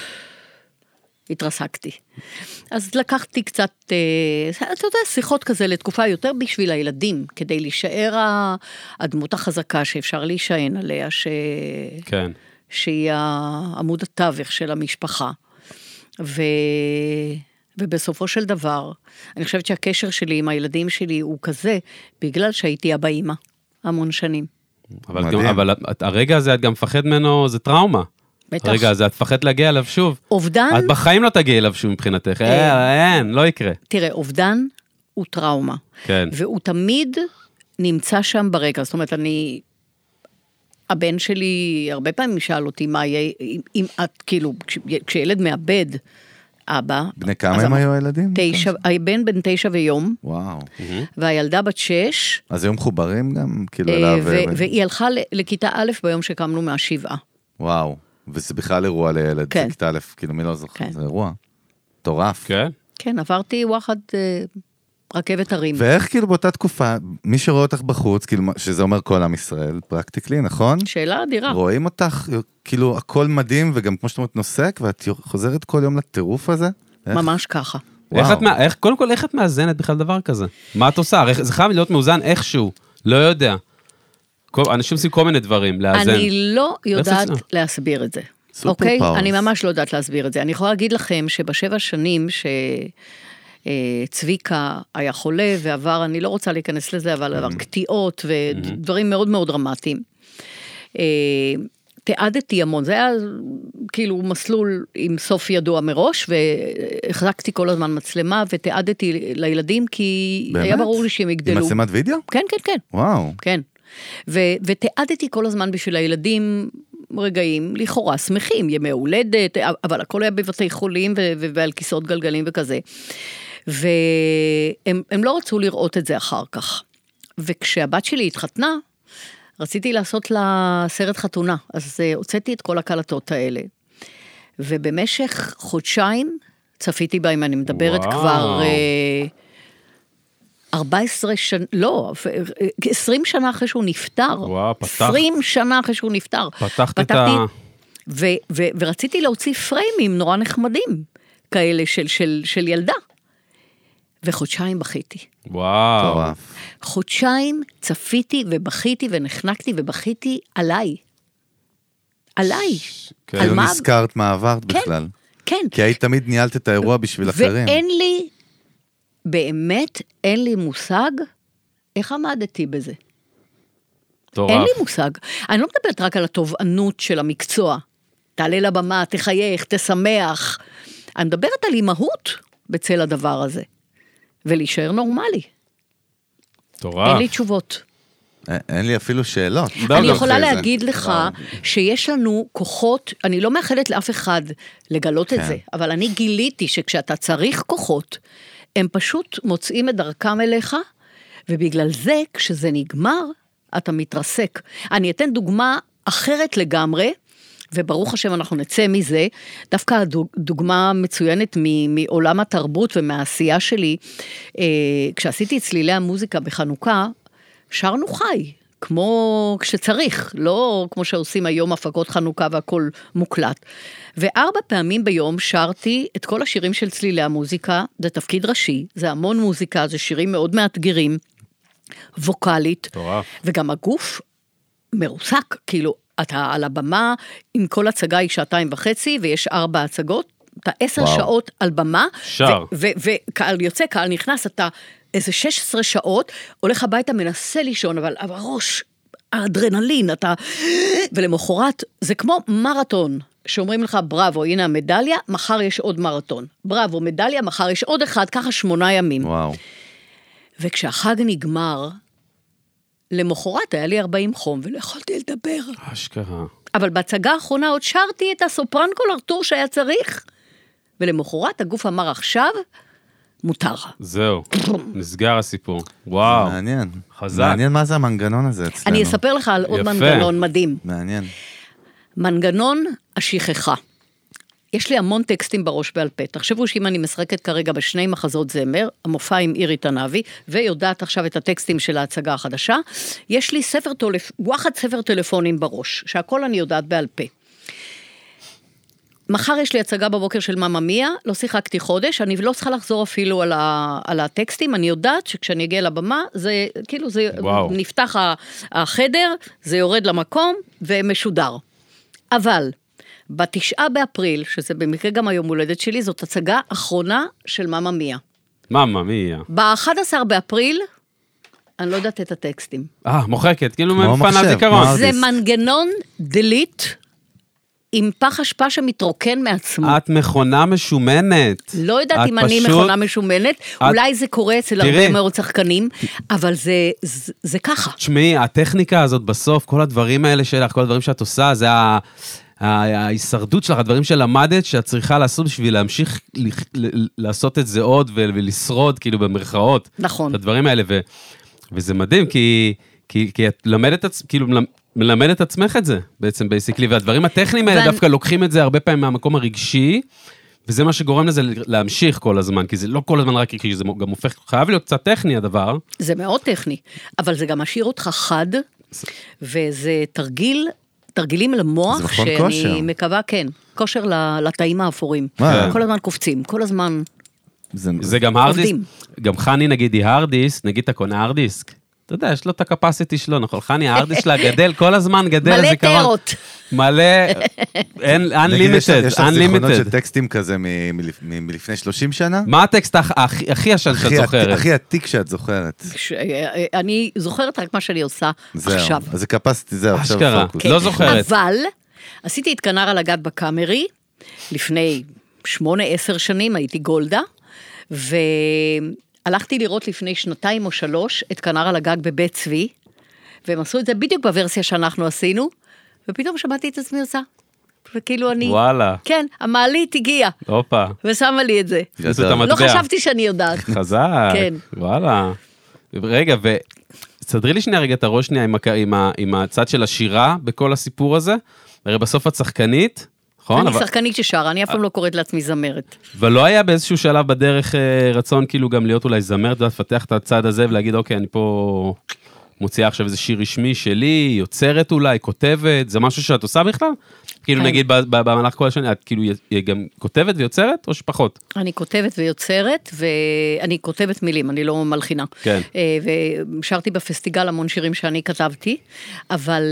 התרסקתי. אז לקחתי קצת, אתה יודע, שיחות כזה לתקופה יותר בשביל הילדים, כדי להישאר הדמות החזקה שאפשר להישען עליה, ש... כן. שהיא עמוד התווך של המשפחה. ו... ובסופו של דבר, אני חושבת שהקשר שלי עם הילדים שלי הוא כזה, בגלל שהייתי אבא אמא, המון שנים. אבל, גם, אבל הרגע הזה, את גם מפחד ממנו, זה טראומה. בטח. רגע, אז את פחד להגיע אליו שוב. אובדן... את בחיים לא תגיע אליו שוב מבחינתך. אה, אין, לא יקרה. תראה, אובדן הוא טראומה. כן. והוא תמיד נמצא שם ברגע. זאת אומרת, אני... הבן שלי הרבה פעמים שאל אותי מה יהיה, אם את, כאילו, כשילד מאבד אבא... בני כמה הם היו הילדים? תשע, הבן בן תשע ויום. וואו. והילדה בת שש. אז היו מחוברים גם, כאילו, אליו... והיא הלכה לכיתה א' ביום שקמנו מהשבעה. וואו. וזה בכלל אירוע לילד, כן. זה כיתה א', כאילו מי לא זוכר, כן. זה אירוע, טורף. כן? כן, עברתי וואחד אה, רכבת הרים. ואיך כאילו באותה תקופה, מי שרואה אותך בחוץ, כאילו, שזה אומר כל עם ישראל, פרקטיקלי, נכון? שאלה אדירה. רואים אותך, כאילו הכל מדהים, וגם כמו שאתה אומרת נוסק, ואת חוזרת כל יום לטירוף הזה? איך? ממש ככה. איך את, איך, קודם כל, איך את מאזנת בכלל דבר כזה? מה את עושה? זה חייב להיות מאוזן איכשהו, לא יודע. אנשים עושים כל מיני דברים, לאזן. אני לא יודעת להסביר את זה. אוקיי? אני ממש לא יודעת להסביר את זה. אני יכולה להגיד לכם שבשבע שנים שצביקה היה חולה ועבר, אני לא רוצה להיכנס לזה, אבל עבר קטיעות ודברים מאוד מאוד דרמטיים. תיעדתי המון, זה היה כאילו מסלול עם סוף ידוע מראש, והחזקתי כל הזמן מצלמה, ותיעדתי לילדים, כי היה ברור לי שהם יגדלו. עם מצלמת וידאו? כן, כן, כן. וואו. כן. ותיעדתי כל הזמן בשביל הילדים רגעים, לכאורה שמחים, ימי הולדת, אבל הכל היה בבתי חולים ועל כיסאות גלגלים וכזה. והם לא רצו לראות את זה אחר כך. וכשהבת שלי התחתנה, רציתי לעשות לה סרט חתונה, אז הוצאתי את כל הקלטות האלה. ובמשך חודשיים צפיתי בהם, אני מדברת וואו. כבר... ארבע עשרה שנה, לא, עשרים שנה אחרי שהוא נפטר. וואו, פתחת. עשרים שנה אחרי שהוא נפטר. פתחת את ה... ו- ו- ורציתי להוציא פריימים נורא נחמדים, כאלה של, של, של ילדה. וחודשיים בכיתי. וואו. חודשיים צפיתי ובכיתי ונחנקתי ובכיתי עליי. עליי. כן. על מה... נזכרת מה עברת כן, בכלל. כן. כי היית תמיד ניהלת את האירוע בשביל אחרים. ואין לי... באמת אין לי מושג איך עמדתי בזה. טורף. אין לי מושג. אני לא מדברת רק על התובענות של המקצוע. תעלה לבמה, תחייך, תשמח. אני מדברת על אימהות בצל הדבר הזה. ולהישאר נורמלי. טורף. אין לי תשובות. אין לי אפילו שאלות. אני יכולה להגיד לך שיש לנו כוחות, אני לא מאחלת לאף אחד לגלות את זה, אבל אני גיליתי שכשאתה צריך כוחות, הם פשוט מוצאים את דרכם אליך, ובגלל זה, כשזה נגמר, אתה מתרסק. אני אתן דוגמה אחרת לגמרי, וברוך השם אנחנו נצא מזה, דווקא הדוגמה מצוינת מעולם התרבות ומהעשייה שלי, כשעשיתי את צלילי המוזיקה בחנוכה, שרנו חי, כמו כשצריך, לא כמו שעושים היום הפקות חנוכה והכל מוקלט. וארבע פעמים ביום שרתי את כל השירים של צלילי המוזיקה, זה תפקיד ראשי, זה המון מוזיקה, זה שירים מאוד מאתגרים, ווקלית, טורף. וגם הגוף מרוסק, כאילו, אתה על הבמה, עם כל הצגה היא שעתיים וחצי, ויש ארבע הצגות, אתה עשר וואו. שעות על במה, שר. וקהל יוצא, קהל נכנס, אתה איזה שש עשרה שעות, הולך הביתה, מנסה לישון, אבל הראש, האדרנלין, אתה, ולמחרת, זה כמו מרתון, שאומרים לך, בראבו, הנה המדליה, מחר יש עוד מרתון. בראבו, מדליה, מחר יש עוד אחד, ככה שמונה ימים. וואו. וכשהחג נגמר, למחרת היה לי ארבעים חום, ולא יכולתי לדבר. אשכרה. אבל בהצגה האחרונה עוד שרתי את הסופרנקול ארתור שהיה צריך, ולמחרת הגוף אמר עכשיו, מותר. זהו, נסגר הסיפור. וואו. מעניין. חזק. מעניין מה זה המנגנון הזה אצלנו. אני אספר לך על עוד יפה. מנגנון מדהים. מעניין. מנגנון השכחה. יש לי המון טקסטים בראש בעל פה. תחשבו שאם אני משחקת כרגע בשני מחזות זמר, המופע עם אירי תנאבי, ויודעת עכשיו את הטקסטים של ההצגה החדשה, יש לי ספר טלפ... וואחד ספר טלפונים בראש, שהכל אני יודעת בעל פה. מחר יש לי הצגה בבוקר של מאמה מיה, לא שיחקתי חודש, אני לא צריכה לחזור אפילו על, ה... על הטקסטים, אני יודעת שכשאני אגיע לבמה, זה כאילו זה וואו. נפתח החדר, זה יורד למקום ומשודר. אבל בתשעה באפריל, שזה במקרה גם היום הולדת שלי, זאת הצגה אחרונה של מאמה מיה. מאמה מיה. ב-אחד עשר באפריל, אני לא יודעת את הטקסטים. אה, מוחקת, כאילו מפנה זיכרון. זה מנגנון דליט, עם פח אשפה שמתרוקן מעצמו. את מכונה משומנת. לא יודעת אם אני מכונה משומנת, אולי זה קורה אצל הרבה מאוד שחקנים, אבל זה ככה. תשמעי, הטכניקה הזאת בסוף, כל הדברים האלה שלך, כל הדברים שאת עושה, זה ה... ההישרדות שלך, הדברים שלמדת, שאת צריכה לעשות בשביל להמשיך לעשות את זה עוד ולשרוד, כאילו במרכאות. נכון. את הדברים האלה, וזה מדהים, כי את למדת, כאילו, מלמדת עצמך את זה, בעצם, בייסיקלי, והדברים הטכניים האלה דווקא לוקחים את זה הרבה פעמים מהמקום הרגשי, וזה מה שגורם לזה להמשיך כל הזמן, כי זה לא כל הזמן רק, כי זה גם הופך, חייב להיות קצת טכני הדבר. זה מאוד טכני, אבל זה גם משאיר אותך חד, וזה תרגיל, תרגילים למוח, שאני כושר. מקווה, כן, כושר לתאים האפורים. כל הזמן קופצים, כל הזמן זה, זה גם הרדיסק, גם חני נגיד היא הרדיסק, נגיד אתה קונה הרדיסק, אתה יודע, יש לו את הקפסיטי שלו, נכון? חני, הארדיס שלה גדל, כל הזמן גדל הזיכרון. מלא תירות. מלא, unlimited, unlimited. יש לך זיכרונות של טקסטים כזה מלפני שלושים שנה? מה הטקסט הכי ישן שאת זוכרת? הכי עתיק שאת זוכרת. אני זוכרת רק מה שאני עושה עכשיו. אז זה קפסיטי, זהו, עכשיו פוקוס. לא זוכרת. אבל, עשיתי את כנר על הגת בקאמרי, לפני שמונה, עשר שנים, הייתי גולדה, ו... הלכתי לראות לפני שנתיים או שלוש את כנר על הגג בבית צבי, והם עשו את זה בדיוק בוורסיה שאנחנו עשינו, ופתאום שמעתי את עצמי עושה. וכאילו אני... וואלה. כן, המעלית הגיעה. אופה. ושמה לי את זה. לא חשבתי שאני יודעת. חזק. כן. וואלה. רגע, וסדרי לי שנייה רגע את הראש שנייה עם, עם, עם הצד של השירה בכל הסיפור הזה. הרי בסוף את שחקנית, נכון? אני שחקנית ששרה, אני אף פעם לא קוראת לעצמי זמרת. ולא היה באיזשהו שלב בדרך רצון כאילו גם להיות אולי זמרת, לפתח את הצד הזה ולהגיד, אוקיי, אני פה מוציאה עכשיו איזה שיר רשמי שלי, יוצרת אולי, כותבת, זה משהו שאת עושה בכלל? כאילו נגיד במהלך כל השני, את כאילו גם כותבת ויוצרת או שפחות? אני כותבת ויוצרת, ואני כותבת מילים, אני לא מלחינה. כן. ושרתי בפסטיגל המון שירים שאני כתבתי, אבל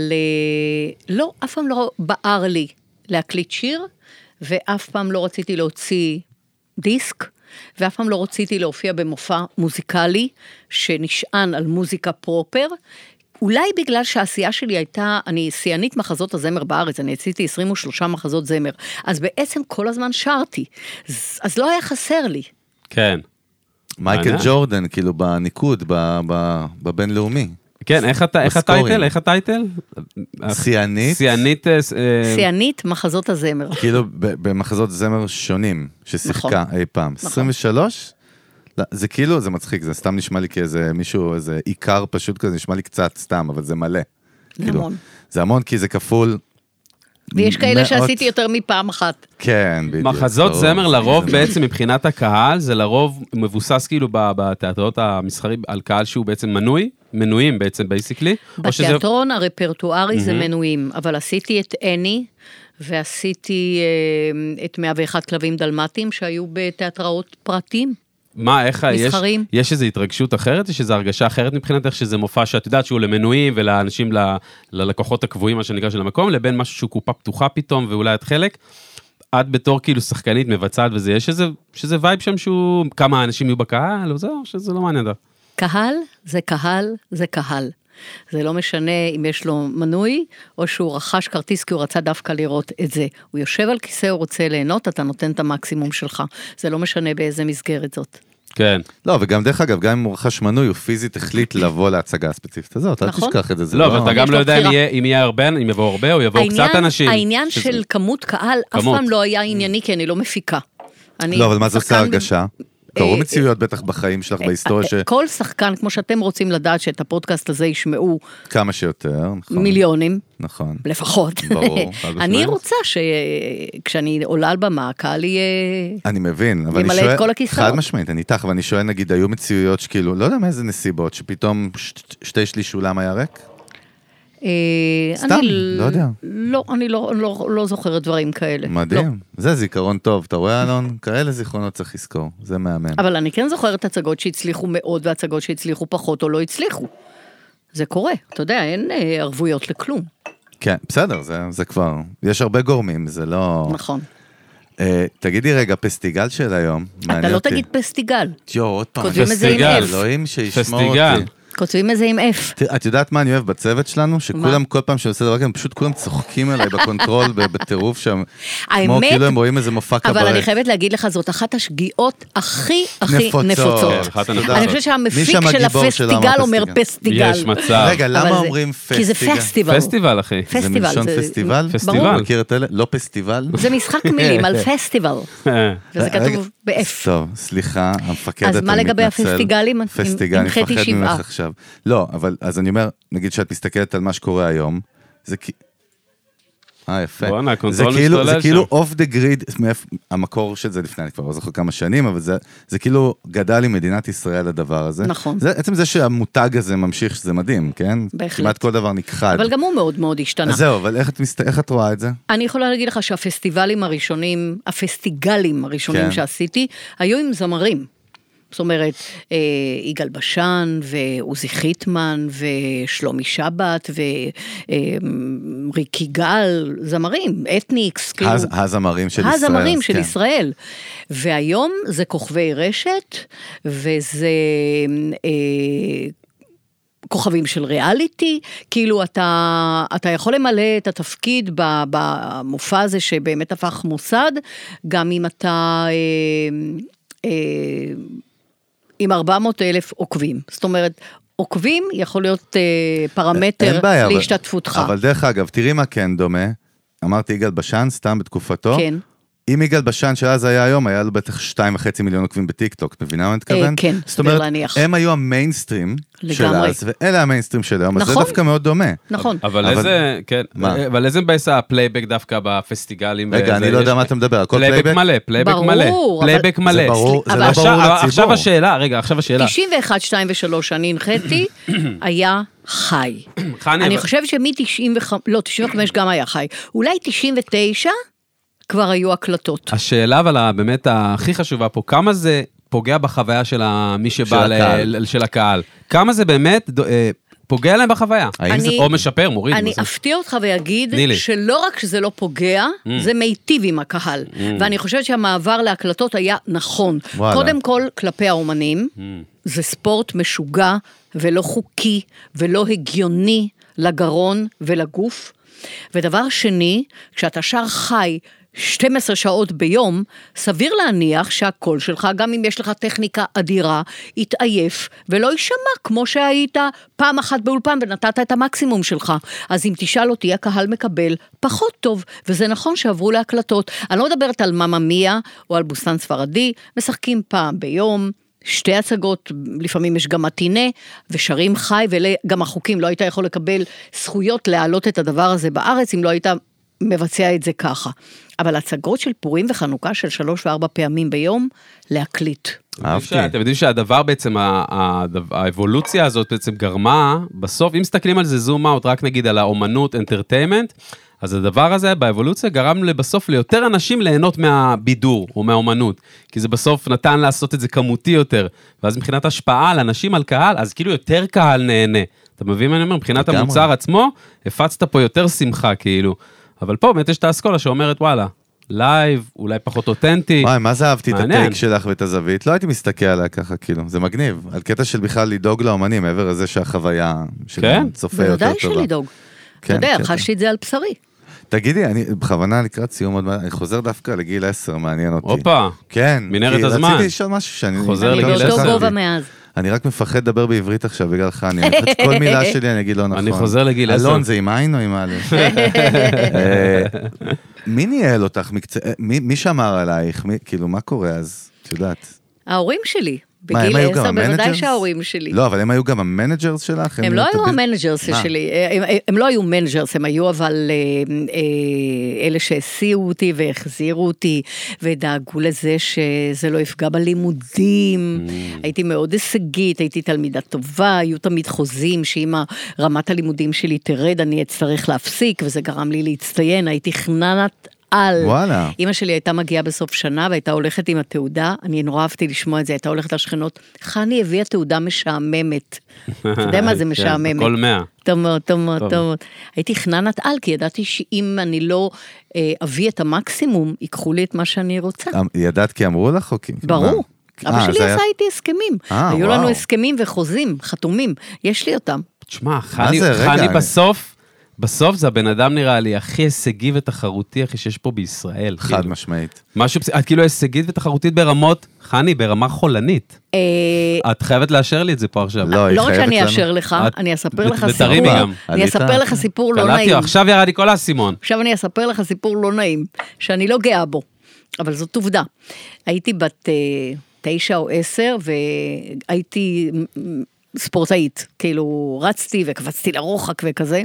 לא, אף פעם לא בער לי להקליט שיר, ואף פעם לא רציתי להוציא דיסק, ואף פעם לא רציתי להופיע במופע מוזיקלי, שנשען על מוזיקה פרופר, אולי בגלל שהעשייה שלי הייתה, אני שיאנית מחזות הזמר בארץ, אני עשיתי עשרים ושלוש מחזות זמר, אז בעצם כל הזמן שרתי, אז לא היה חסר לי. כן. מייקל ג'ורדן, כאילו בניקוד, בבינלאומי. כן, איך הטייטל? איך הטייטל? שיאנית. שיאנית. שיאנית מחזות הזמר. כאילו במחזות זמר שונים, ששיחקה אי פעם. עשרים ושלוש? זה כאילו, זה מצחיק, זה סתם נשמע לי כאיזה מישהו, איזה עיקר פשוט כזה, נשמע לי קצת סתם, אבל זה מלא. זה המון. זה המון כי זה כפול ויש כאלה שעשיתי יותר מפעם אחת. כן, בדיוק. מחזות זמר לרוב בעצם מבחינת הקהל, זה לרוב מבוסס כאילו בתיאטראות המסחרים על קהל שהוא בעצם מנוי, מנויים בעצם בייסיקלי. בתיאטרון הרפרטוארי זה מנויים, אבל עשיתי את אני, ועשיתי את מאה ואחד כלבים דלמטיים שהיו בתיאטראות פרטיים. מה, איך, יש, יש איזו התרגשות אחרת, יש איזו הרגשה אחרת מבחינת איך שזה מופע שאת יודעת שהוא למנויים ולאנשים, ל, ללקוחות הקבועים, מה שנקרא של המקום, לבין משהו שהוא קופה פתוחה פתאום ואולי את חלק, את בתור כאילו שחקנית מבצעת וזה, יש איזה, שזה וייב שם שהוא, כמה אנשים יהיו בקהל, או זהו, שזה לא מעניין. קהל זה קהל זה קהל. זה לא משנה אם יש לו מנוי, או שהוא רכש כרטיס כי הוא רצה דווקא לראות את זה. הוא יושב על כיסא, הוא רוצה ליהנות, אתה נותן את המקסימום שלך. זה לא משנה באיזה מסגרת זאת. כן. לא, וגם דרך אגב, גם אם הוא רכש מנוי, הוא פיזית החליט לבוא להצגה הספציפית הזאת. אל תשכח את זה. לא, אבל אתה גם לא יודע אם יהיה הרבה, אם יבואו הרבה, או יבואו קצת אנשים. העניין של כמות קהל אף פעם לא היה ענייני, כי אני לא מפיקה. לא, אבל מה זה עושה הרגשה? קראו מציאויות בטח בחיים שלך, בהיסטוריה ש... כל שחקן, כמו שאתם רוצים לדעת שאת הפודקאסט הזה ישמעו... כמה שיותר, נכון. מיליונים. נכון. לפחות. ברור. אני רוצה שכשאני עולה על במה, הקהל יהיה... אני מבין, אבל אני שואל... חד משמעית, אני איתך, אבל אני שואל, נגיד, היו מציאויות שכאילו, לא יודע מאיזה נסיבות, שפתאום שתי שליש אולם היה ריק? סתם, לא יודע. לא, אני לא זוכרת דברים כאלה. מדהים, זה זיכרון טוב, אתה רואה אלון? כאלה זיכרונות צריך לזכור, זה מהמם. אבל אני כן זוכרת הצגות שהצליחו מאוד, והצגות שהצליחו פחות או לא הצליחו. זה קורה, אתה יודע, אין ערבויות לכלום. כן, בסדר, זה כבר, יש הרבה גורמים, זה לא... נכון. תגידי רגע, פסטיגל של היום, אתה לא תגיד פסטיגל. יו, עוד פעם. פסטיגל. אלוהים שישמור אותי. כותבים איזה עם F. את יודעת מה אני אוהב בצוות שלנו? שכולם כל פעם שעושה דבר כזה, פשוט כולם צוחקים עליי בקונטרול, בטירוף שם. כמו כאילו הם רואים איזה מופע קברט. אבל אני חייבת להגיד לך, זאת אחת השגיאות הכי הכי נפוצות. אני חושבת שהמפיק של הפסטיגל אומר פסטיגל. יש מצב. רגע, למה אומרים פסטיגל? כי זה פסטיבל. פסטיבל, אחי. זה מלשון פסטיבל? פסטיבל. מכיר את אלה? לא פסטיבל? זה משחק מילים על פסטיבל. וזה כתוב ב-F. טוב, סליחה, המפקדת, אני מתנצל. אז מה לגבי הפסטיגלים? פסטיגל, אני מפחד ממך עכשיו. לא, אבל אז אני אומר, נגיד שאת מסתכלת על מה שקורה היום, זה כי... אה, יפה. בואנה, הקונטרול משתולל שם. זה כאילו אוף דה גריד, המקור של זה לפני, אני כבר לא זוכר כמה שנים, אבל זה, זה כאילו גדל עם מדינת ישראל הדבר הזה. נכון. זה, עצם זה שהמותג הזה ממשיך, שזה מדהים, כן? בהחלט. כמעט כל דבר נכחד. אבל גם הוא מאוד מאוד השתנה. אז זהו, אבל איך את, מסת... איך את רואה את זה? אני יכולה להגיד לך שהפסטיבלים הראשונים, הפסטיגלים הראשונים כן. שעשיתי, היו עם זמרים. זאת אומרת, יגאל בשן, ועוזי חיטמן, ושלומי שבת, וריקי גל, זמרים, אתניקס. הזמרים של ישראל. הזמרים של ישראל. והיום זה כוכבי רשת, וזה... כוכבים של ריאליטי, כאילו אתה, אתה יכול למלא את התפקיד במופע הזה שבאמת הפך מוסד, גם אם אתה... אה, אה, עם ארבע מאות אלף עוקבים. זאת אומרת, עוקבים יכול להיות אה, פרמטר בעיה, להשתתפותך. אבל, אבל דרך אגב, תראי מה כן דומה. אמרתי יגאל בשן, סתם בתקופתו. כן. אם יגאל בשן שאז היה היום, היה לו בטח שתיים וחצי מיליון עוקבים בטיקטוק, מבינה מה מתכוון? אה, כן, זאת אומרת, הם היו המיינסטרים של אז, ואלה המיינסטרים של היום, אז זה דווקא מאוד דומה. נכון. אבל איזה, כן, אבל איזה בעצה הפלייבק דווקא בפסטיגלים? רגע, אני לא יודע מה אתה מדבר, הכל פלייבק? פלייבק מלא, פלייבק מלא, פלייבק מלא. זה ברור, זה לא ברור לציבור. עכשיו השאלה, רגע, עכשיו השאלה. תשעים ואחת, שתיים ושלוש, אני הנחיתי, היה חי. אני חושבת שמ-תשעים וחמש, לא, תשעים וחמש גם היה חי. אולי תשעים ותשע כבר היו הקלטות. השאלה, אבל באמת הכי חשובה פה, כמה זה פוגע בחוויה של מי שבא של הקהל? כמה זה באמת פוגע להם בחוויה? או משפר, מוריד? אני אפתיע אותך ויגיד שלא רק שזה לא פוגע, זה מיטיב עם הקהל. ואני חושבת שהמעבר להקלטות היה נכון. קודם כל, כלפי האומנים, זה ספורט משוגע ולא חוקי ולא הגיוני לגרון ולגוף. ודבר שני, כשאתה שר חי שתים עשרה שעות ביום, סביר להניח שהקול שלך, גם אם יש לך טכניקה אדירה, יתעייף ולא יישמע כמו שהיית פעם אחת באולפן ונתת את המקסימום שלך. אז אם תשאל אותי, הקהל מקבל פחות טוב, וזה נכון שעברו להקלטות. אני לא מדברת על ממא מיה או על בוסתן ספרדי, משחקים פעם ביום, שתי הצגות, לפעמים יש גם מתינה, ושרים חי, וגם החוקים, לא היית יכול לקבל זכויות להעלות את הדבר הזה בארץ, אם לא היית מבצע את זה ככה. אבל הצגות של פורים וחנוכה של שלוש וארבע פעמים ביום, להקליט. אהבתי. אתם יודעים שהדבר בעצם, האבולוציה הזאת בעצם גרמה, בסוף, אם מסתכלים על זה זום אאוט, רק נגיד על האומנות, אנטרטיימנט, אז הדבר הזה באבולוציה גרם לבסוף ליותר אנשים ליהנות מהבידור או מהאומנות, כי זה בסוף נתן לעשות את זה כמותי יותר, ואז מבחינת השפעה על אנשים, על קהל, אז כאילו יותר קהל נהנה. אתה מבין מה אני אומר? מבחינת המוצר עצמו, הפצת פה יותר שמחה כאילו, אבל פה באמת יש את האסכולה שאומרת וואלה, לייב, אולי פחות אותנטי. וואי, מה זה אהבתי את הטייק שלך ואת הזווית? לא הייתי מסתכל עליה ככה, כאילו, זה מגניב. על קטע של בכלל לדאוג לאומנים, מעבר לזה שהחוויה של צופה יותר טובה. בוודאי שלדאוג. אתה יודע, חשתי את זה על בשרי. תגידי, אני בכוונה לקראת סיום, אני חוזר דווקא לגיל עשר, מעניין אותי. הופה, כן. מנהרת הזמן. רציתי לשאול משהו שאני... חוזר לגיל עשר. אני באותו גובה מאז. אני רק מפחד לדבר בעברית עכשיו בגללך, אני חושב שכל מילה שלי אני אגיד לא נכון. אני חוזר לגיל עשר. אלון, זה עם עין או עם א'? מי ניהל אותך? מי שמר עלייך? כאילו, מה קורה אז? את יודעת. ההורים שלי. בגיל עשר, בוודאי שההורים שלי. לא, אבל הם היו גם המנג'רס שלך? הם לא היו המנג'רס שלי, הם לא היו מנג'רס, הם היו אבל אלה שהסיעו אותי והחזירו אותי, ודאגו לזה שזה לא יפגע בלימודים, הייתי מאוד הישגית, הייתי תלמידה טובה, היו תמיד חוזים שאם רמת הלימודים שלי תרד, אני אצטרך להפסיק, וזה גרם לי להצטיין, הייתי חננת על. וואלה. אמא שלי הייתה מגיעה בסוף שנה, והייתה הולכת עם התעודה, אני נורא אהבתי לשמוע את זה, הייתה הולכת לשכנות, חני הביאה תעודה משעממת. אתה יודע מה זה משעממת? כל מאה. טוב מאוד, טוב מאוד, טוב מאוד. הייתי חננת על, כי ידעתי שאם אני לא אביא את המקסימום, ייקחו לי את מה שאני רוצה. ידעת כי אמרו לך או כי? ברור. אבא שלי עשה איתי הסכמים. היו לנו הסכמים וחוזים, חתומים. יש לי אותם. תשמע, חני בסוף, בסוף זה הבן אדם נראה לי הכי הישגי ותחרותי הכי שיש פה בישראל. חד כאילו. משמעית. משהו, את כאילו הישגית ותחרותית ברמות, חני, ברמה חולנית. את חייבת לאשר לי את זה פה עכשיו. לא, לא רק שאני אאשר לך, אני אספר לך סיפור. אני אספר לך סיפור לא נעים. עכשיו ירד לי כל הסימון. עכשיו אני אספר לך סיפור לא נעים, שאני לא גאה בו, אבל זאת עובדה. הייתי בת תשע או עשר, והייתי ספורטאית, כאילו רצתי וקפצתי לרוחק וכזה,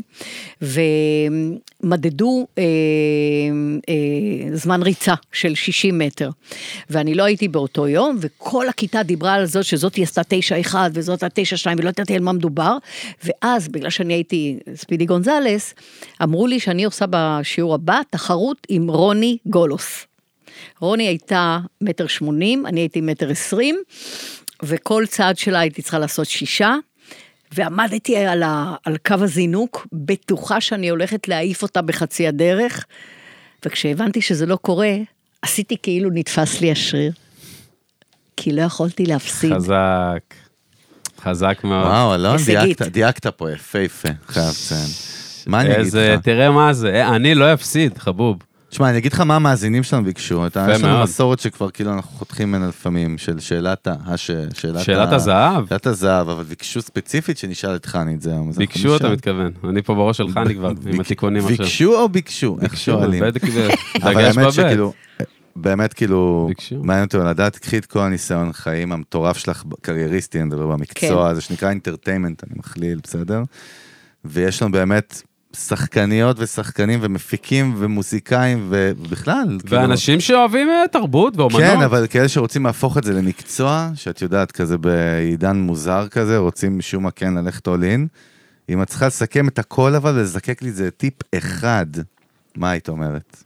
ומדדו אה, אה, זמן ריצה של שישים מטר, ואני לא הייתי באותו יום, וכל הכיתה דיברה על זאת, שזאת היא עשתה תשע אחד, וזאת התשע שתיים, ולא ידעתי על מה מדובר, ואז בגלל שאני הייתי ספידי גונזלס, אמרו לי שאני עושה בשיעור הבא, תחרות עם רוני גולוס. רוני הייתה מטר שמונים, אני הייתי מטר עשרים, וכל צעד שלה הייתי צריכה לעשות שישה, ועמדתי על, ה, על קו הזינוק, בטוחה שאני הולכת להעיף אותה בחצי הדרך, וכשהבנתי שזה לא קורה, עשיתי כאילו נתפס לי השריר, כי לא יכולתי להפסיד. חזק, חזק מאוד. וואו, אלון, דייקת, דייקת פה, יפה יפה, חייב ציין. מה אני אגיד לך? תראה מה זה, אני לא אפסיד, חבוב. תשמע, אני אגיד לך מה המאזינים שלנו ביקשו, יש לנו מסורת שכבר כאילו אנחנו חותכים ממנה לפעמים, של שאלת שאלת הזהב. שאלת הזהב, אבל ביקשו ספציפית שנשאל את חני את זה. ביקשו אתה מתכוון, אני פה בראש של חני כבר, עם התיקונים עכשיו. ביקשו או ביקשו? איך שואלים? אבל האמת שכאילו, באמת כאילו, מעניין אותי לדעת, קחי את כל הניסיון חיים המטורף שלך, קרייריסטי, אני מדבר במקצוע, זה שנקרא אינטרטיימנט, אני מכליל, בסדר? ויש לנו באמת שחקניות ושחקנים ומפיקים ומוזיקאים ובכלל. ואנשים כאילו... שאוהבים תרבות ואומנות. כן, אבל כאלה שרוצים להפוך את זה למקצוע, שאת יודעת, כזה בעידן מוזר כזה, רוצים משום מה כן ללכת אולין. אם את צריכה לסכם את הכל אבל ולזקק לי זה טיפ אחד, מה היית אומרת?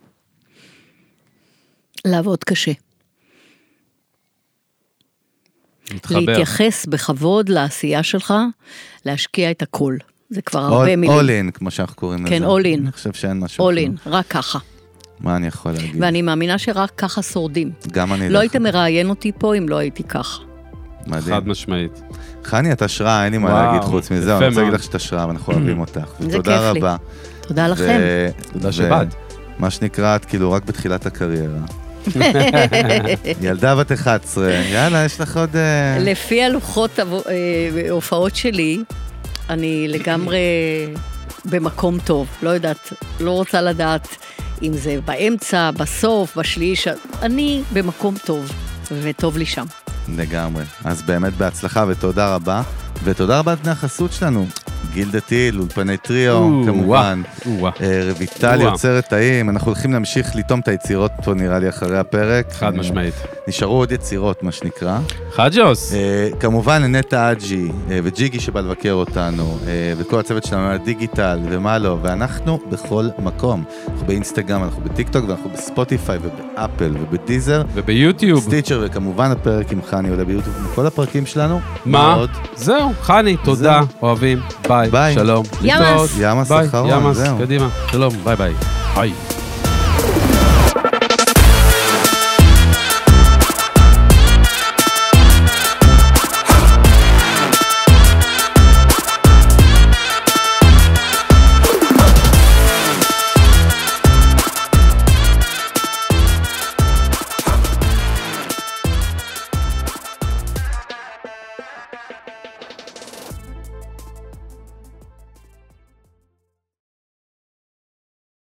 לעבוד קשה. מתחבר. להתייחס בכבוד לעשייה שלך, להשקיע את הכל. זה כבר הרבה מילים. אולין, כמו שאנחנו קוראים לזה. כן, אולין. אני חושב שאין משהו. אולין, רק ככה. מה אני יכול להגיד? ואני מאמינה שרק ככה שורדים. גם אני... לא היית מראיין אותי פה אם לא הייתי ככה. מדהים. חד משמעית. חני, את השראה, אין לי מה להגיד חוץ מזה. אני רוצה להגיד לך שאת השראה, ואנחנו אוהבים אותך. תודה רבה. תודה לכם. תודה שבאת. מה שנקרא, את כאילו רק בתחילת הקריירה. ילדה בת אחת עשרה, יאללה, יש לך עוד... לפי הלוחות הופעות שלי, אני לגמרי במקום טוב, לא יודעת, לא רוצה לדעת אם זה באמצע, בסוף, בשליש, אני במקום טוב, וטוב לי שם. לגמרי, אז באמת בהצלחה ותודה רבה, ותודה רבה על תנאי החסות שלנו, גילדה טיל, אולפני טריו, כמובן, רויטל יוצרת טעים, אנחנו הולכים להמשיך לטום את היצירות פה נראה לי אחרי הפרק. חד משמעית. נשארו עוד יצירות, מה שנקרא. חג'וס. כמובן, נטע אג'י וג'יגי שבא לבקר אותנו, וכל הצוות שלנו, דיגיטל ומה לא, ואנחנו בכל מקום. אנחנו באינסטגרם, אנחנו בטיקטוק, ואנחנו בספוטיפיי ובאפל ובדיזר. וביוטיוב. סטיצ'ר, וכמובן הפרק עם חני עולה ביוטיוב, כל הפרקים שלנו. מה? זהו, חני, תודה, אוהבים, ביי, שלום. ימאס. ימאס אחרון, זהו. קדימה, שלום, ביי ביי. ביי.